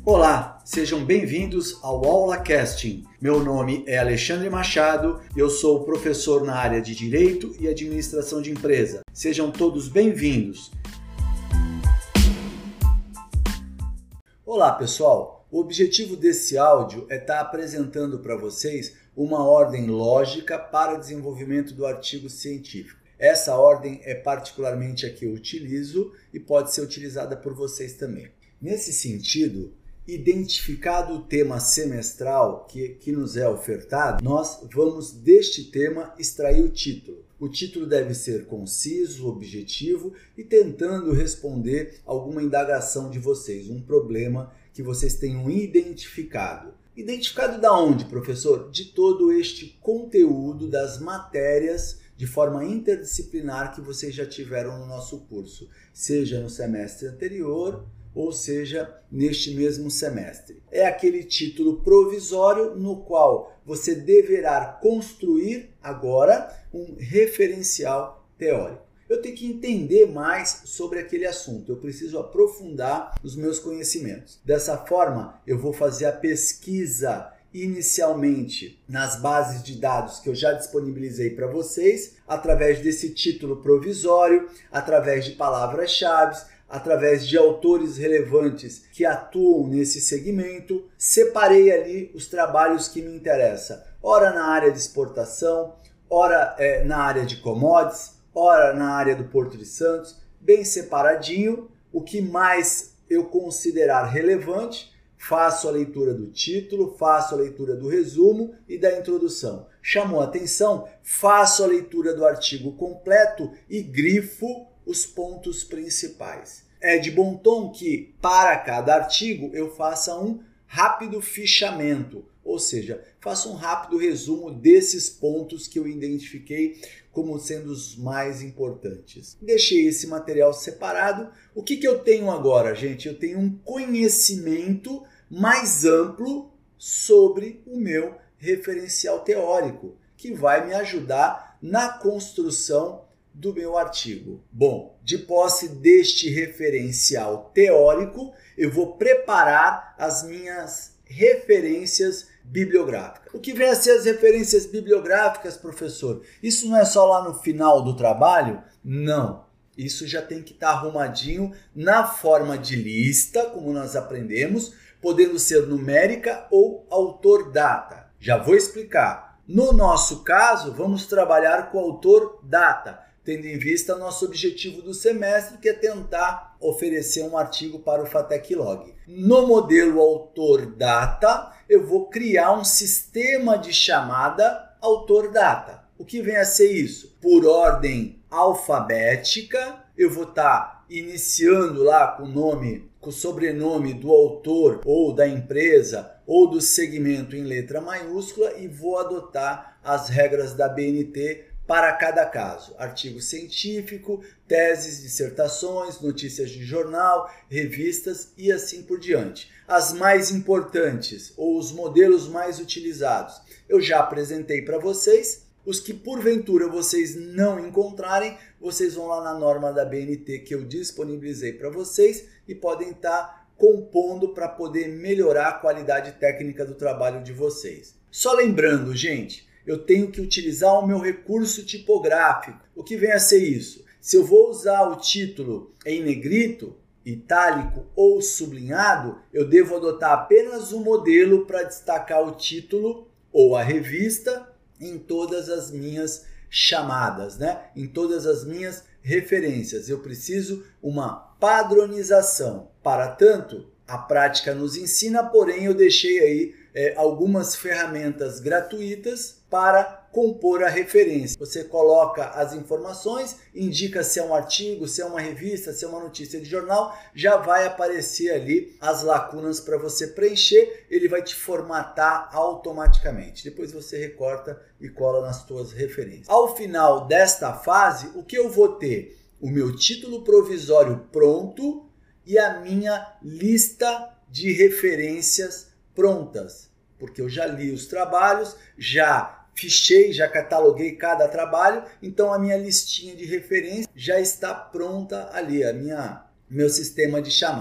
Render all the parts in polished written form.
Olá, sejam bem-vindos ao Aula Casting. Meu nome é Alexandre Machado, eu sou professor na área de Direito e Administração de Empresa. Sejam todos bem-vindos. Olá, pessoal. O objetivo desse áudio é estar apresentando para vocês uma ordem lógica para o desenvolvimento do artigo científico. Essa ordem é particularmente a que eu utilizo e pode ser utilizada por vocês também. Nesse sentido, identificado o tema semestral que nos é ofertado, nós vamos deste tema extrair o título. O título deve ser conciso, objetivo e tentando responder alguma indagação de vocês, um problema que vocês tenham identificado. Identificado da onde, professor? De todo este conteúdo das matérias de forma interdisciplinar que vocês já tiveram no nosso curso, seja no semestre anterior ou seja neste mesmo semestre. É aquele título provisório no qual você deverá construir agora um referencial teórico. Eu tenho que entender mais sobre aquele assunto, eu preciso aprofundar os meus conhecimentos. Dessa forma, eu vou fazer a pesquisa inicialmente nas bases de dados que eu já disponibilizei para vocês, através desse título provisório, através de palavras-chave, através de autores relevantes que atuam nesse segmento. Separei ali os trabalhos que me interessam, ora na área de exportação, ora na área de commodities, ora na área do Porto de Santos, bem separadinho. O que mais eu considerar relevante, faço a leitura do título, faço a leitura do resumo e da introdução. Chamou a atenção? Faço a leitura do artigo completo e grifo os pontos principais. É de bom tom que, para cada artigo, eu faça um rápido fichamento, ou seja, faça um rápido resumo desses pontos que eu identifiquei como sendo os mais importantes. Deixei esse material separado. O que eu tenho agora, gente? Eu tenho um conhecimento mais amplo sobre o meu referencial teórico, que vai me ajudar na construção do meu artigo. Bom, de posse deste referencial teórico, eu vou preparar as minhas referências bibliográficas. O que vem a ser as referências bibliográficas, professor? Isso não é só lá no final do trabalho? Não. Isso já tem que estar arrumadinho na forma de lista, como nós aprendemos, podendo ser numérica ou autor-data. Já vou explicar. No nosso caso, vamos trabalhar com autor-data, tendo em vista o nosso objetivo do semestre, que é tentar oferecer um artigo para o FATEC Log. No modelo autor-data, eu vou criar um sistema de chamada autor-data. O que vem a ser isso? Por ordem alfabética, eu vou estar iniciando lá com o nome, com o sobrenome do autor ou da empresa ou do segmento em letra maiúscula e vou adotar as regras da BNT para cada caso. Artigo científico, teses, dissertações, notícias de jornal, revistas e assim por diante. As mais importantes ou os modelos mais utilizados eu já apresentei para vocês. Os que porventura vocês não encontrarem, vocês vão lá na norma da BNT que eu disponibilizei para vocês e podem estar compondo para poder melhorar a qualidade técnica do trabalho de vocês. Só lembrando, gente, eu tenho que utilizar o meu recurso tipográfico. O que vem a ser isso? Se eu vou usar o título em negrito, itálico ou sublinhado, eu devo adotar apenas um modelo para destacar o título ou a revista em todas as minhas chamadas, né? Em todas as minhas referências. Eu preciso uma padronização. Para tanto, a prática nos ensina, porém eu deixei aí algumas ferramentas gratuitas para compor a referência. Você coloca as informações, indica se é um artigo, se é uma revista, se é uma notícia de jornal, já vai aparecer ali as lacunas para você preencher, ele vai te formatar automaticamente. Depois você recorta e cola nas suas referências. Ao final desta fase, o que eu vou ter? O meu título provisório pronto e a minha lista de referências prontas, porque eu já li os trabalhos, já fichei, já cataloguei cada trabalho, então a minha listinha de referência já está pronta ali, meu sistema de chamada.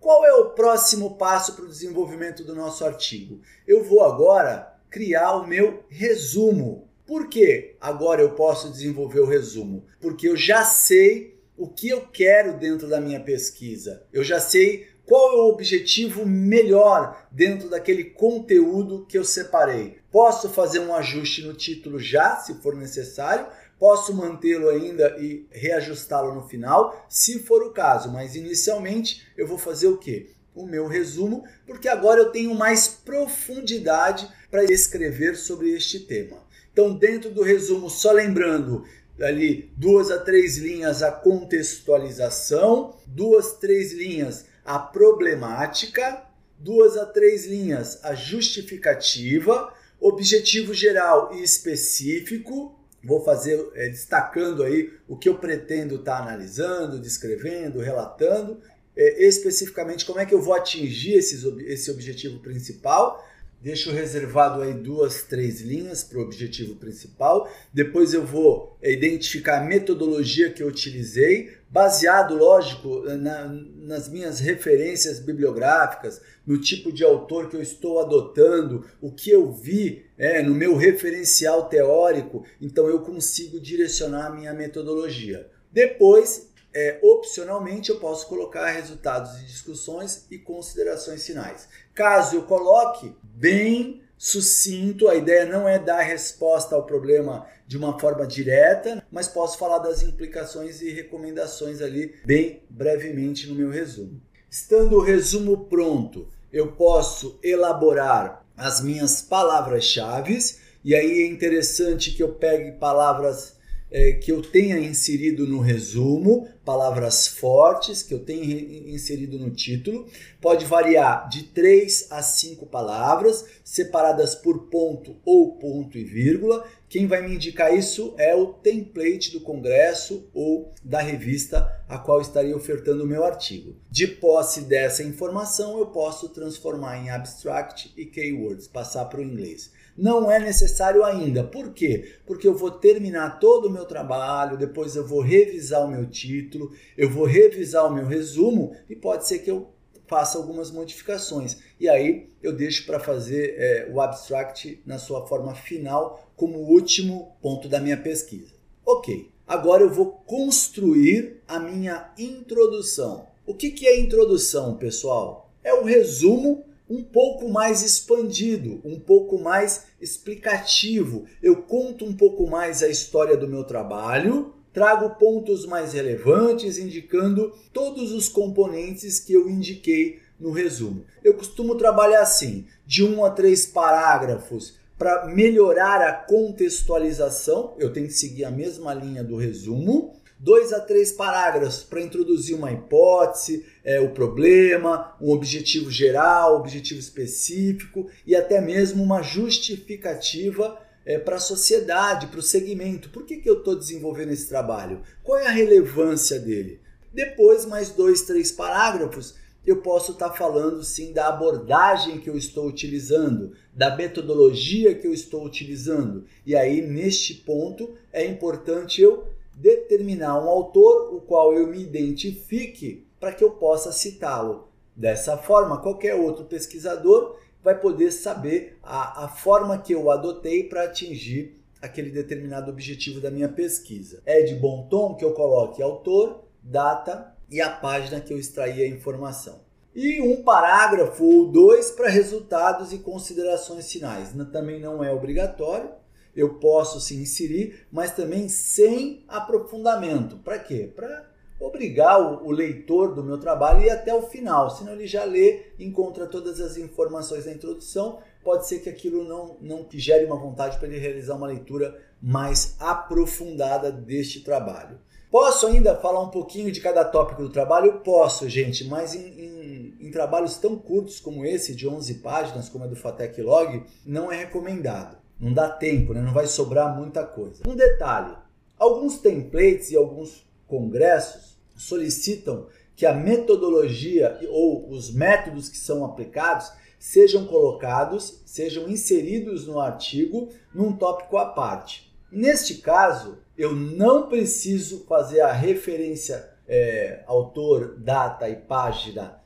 Qual é o próximo passo para o desenvolvimento do nosso artigo? Eu vou agora criar o meu resumo. Por que agora eu posso desenvolver o resumo? Porque eu já sei o que eu quero dentro da minha pesquisa. Eu já sei qual é o objetivo melhor dentro daquele conteúdo que eu separei. Posso fazer um ajuste no título já, se for necessário. Posso mantê-lo ainda e reajustá-lo no final, se for o caso. Mas inicialmente eu vou fazer o quê? O meu resumo, porque agora eu tenho mais profundidade para escrever sobre este tema. Então, dentro do resumo, só lembrando, ali 2 a 3 linhas a contextualização, 2 a 3 linhas a problemática, 2 a 3 linhas a justificativa, objetivo geral e específico. Vou fazer destacando aí o que eu pretendo estar analisando, descrevendo, relatando, especificamente como é que eu vou atingir esse objetivo principal. Deixo reservado aí 2, 3 linhas para o objetivo principal. Depois eu vou identificar a metodologia que eu utilizei, baseado, lógico, nas minhas referências bibliográficas, no tipo de autor que eu estou adotando, o que eu vi no meu referencial teórico. Então eu consigo direcionar a minha metodologia. Depois, opcionalmente, eu posso colocar resultados de discussões e considerações finais. Caso eu coloque bem sucinto, a ideia não é dar resposta ao problema de uma forma direta, mas posso falar das implicações e recomendações ali bem brevemente no meu resumo. Estando o resumo pronto, eu posso elaborar as minhas palavras-chave, e aí é interessante que eu pegue palavras que eu tenha inserido no resumo, palavras fortes que eu tenha inserido no título. Pode variar de 3 a 5 palavras, separadas por ponto ou ponto e vírgula. Quem vai me indicar isso é o template do congresso ou da revista a qual estaria ofertando o meu artigo. De posse dessa informação, eu posso transformar em abstract e keywords, passar para o inglês. Não é necessário ainda. Por quê? Porque eu vou terminar todo o meu trabalho, depois eu vou revisar o meu título, eu vou revisar o meu resumo e pode ser que eu faça algumas modificações. E aí eu deixo para fazer o abstract na sua forma final como último ponto da minha pesquisa. Ok, agora eu vou construir a minha introdução. O que é introdução, pessoal? É o resumo um pouco mais expandido, um pouco mais explicativo. Eu conto um pouco mais a história do meu trabalho, trago pontos mais relevantes, indicando todos os componentes que eu indiquei no resumo. Eu costumo trabalhar assim, de 1 a 3 parágrafos para melhorar a contextualização. Eu tenho que seguir a mesma linha do resumo. 2 a 3 parágrafos para introduzir uma hipótese, o problema, um objetivo geral, objetivo específico e até mesmo uma justificativa para a sociedade, para o segmento. Por que eu estou desenvolvendo esse trabalho? Qual é a relevância dele? Depois, mais 2, 3 parágrafos, eu posso estar falando sim da abordagem que eu estou utilizando, da metodologia que eu estou utilizando. E aí, neste ponto, é importante eu determinar um autor o qual eu me identifique para que eu possa citá-lo. Dessa forma, qualquer outro pesquisador vai poder saber a forma que eu adotei para atingir aquele determinado objetivo da minha pesquisa. É de bom tom que eu coloque autor, data e a página que eu extraí a informação. E um parágrafo ou 2 para resultados e considerações finais. Também não é obrigatório. Eu posso sim inserir, mas também sem aprofundamento. Para quê? Para obrigar o leitor do meu trabalho a ir até o final. Senão ele já lê, encontra todas as informações da introdução. Pode ser que aquilo não gere uma vontade para ele realizar uma leitura mais aprofundada deste trabalho. Posso ainda falar um pouquinho de cada tópico do trabalho? Posso, gente, mas em trabalhos tão curtos como esse, de 11 páginas, como é do Fatec Log, não é recomendado. Não dá tempo, né? Não vai sobrar muita coisa. Um detalhe, alguns templates e alguns congressos solicitam que a metodologia ou os métodos que são aplicados sejam colocados, sejam inseridos no artigo num tópico à parte. Neste caso, eu não preciso fazer a referência autor, data e página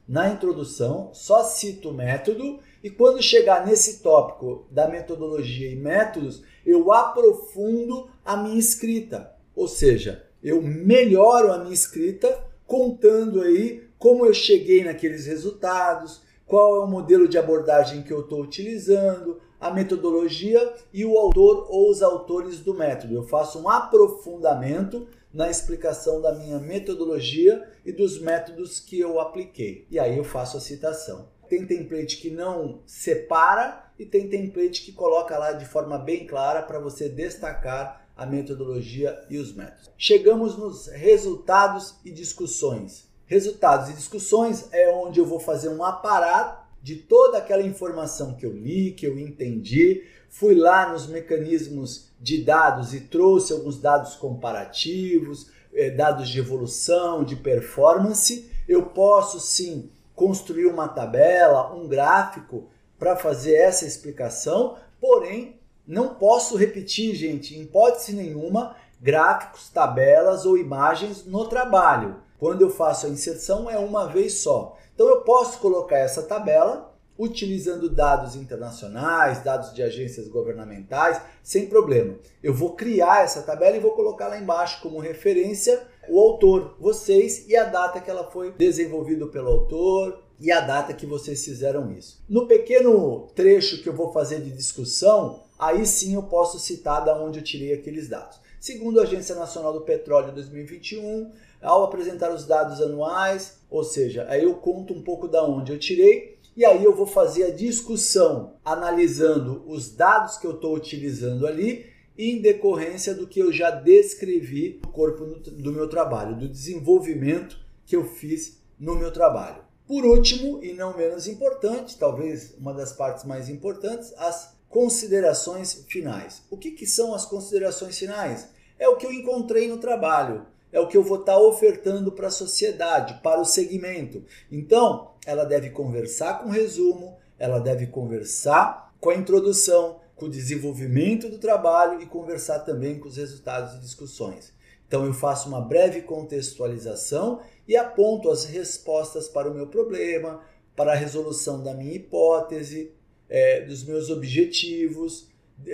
na introdução, só cito o método e quando chegar nesse tópico da metodologia e métodos, eu aprofundo a minha escrita. Ou seja, eu melhoro a minha escrita contando aí como eu cheguei naqueles resultados, qual é o modelo de abordagem que eu estou utilizando, a metodologia e o autor ou os autores do método. Eu faço um aprofundamento na explicação da minha metodologia e dos métodos que eu apliquei. E aí eu faço a citação. Tem template que não separa e tem template que coloca lá de forma bem clara para você destacar a metodologia e os métodos. Chegamos nos resultados e discussões. Resultados e discussões é onde eu vou fazer um aparato de toda aquela informação que eu li, que eu entendi, fui lá nos mecanismos de dados e trouxe alguns dados comparativos, dados de evolução, de performance. Eu posso sim construir uma tabela, um gráfico para fazer essa explicação, porém não posso repetir, gente, em hipótese nenhuma, gráficos, tabelas ou imagens no trabalho. Quando eu faço a inserção é uma vez só. Então eu posso colocar essa tabela utilizando dados internacionais, dados de agências governamentais, sem problema. Eu vou criar essa tabela e vou colocar lá embaixo como referência o autor, vocês, e a data que ela foi desenvolvida pelo autor e a data que vocês fizeram isso. No pequeno trecho que eu vou fazer de discussão, aí sim eu posso citar de onde eu tirei aqueles dados. Segundo a Agência Nacional do Petróleo 2021, ao apresentar os dados anuais, ou seja, aí eu conto um pouco da onde eu tirei e aí eu vou fazer a discussão analisando os dados que eu estou utilizando ali em decorrência do que eu já descrevi no corpo do meu trabalho, do desenvolvimento que eu fiz no meu trabalho. Por último, e não menos importante, talvez uma das partes mais importantes, as considerações finais. O que são as considerações finais? É o que eu encontrei no trabalho. É o que eu vou estar ofertando para a sociedade, para o segmento. Então, ela deve conversar com o resumo, ela deve conversar com a introdução, com o desenvolvimento do trabalho e conversar também com os resultados e discussões. Então, eu faço uma breve contextualização e aponto as respostas para o meu problema, para a resolução da minha hipótese, dos meus objetivos,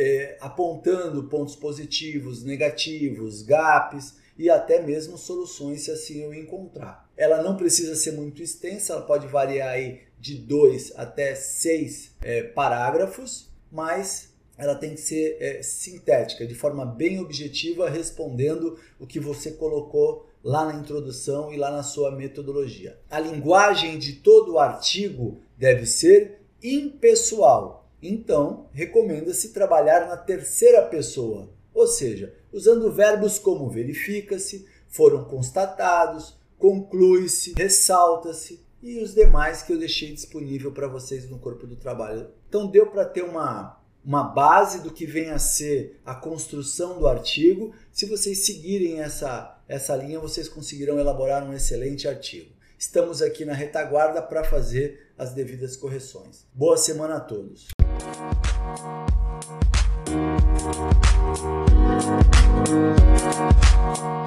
apontando pontos positivos, negativos, gaps, e até mesmo soluções se assim eu encontrar. Ela não precisa ser muito extensa, ela pode variar aí de 2 até 6 parágrafos, mas ela tem que ser sintética, de forma bem objetiva, respondendo o que você colocou lá na introdução e lá na sua metodologia. A linguagem de todo o artigo deve ser impessoal, então recomenda-se trabalhar na terceira pessoa, ou seja, usando verbos como verifica-se, foram constatados, conclui-se, ressalta-se e os demais que eu deixei disponível para vocês no corpo do trabalho. Então deu para ter uma base do que vem a ser a construção do artigo. Se vocês seguirem essa linha, vocês conseguirão elaborar um excelente artigo. Estamos aqui na retaguarda para fazer as devidas correções. Boa semana a todos! We'll be right back.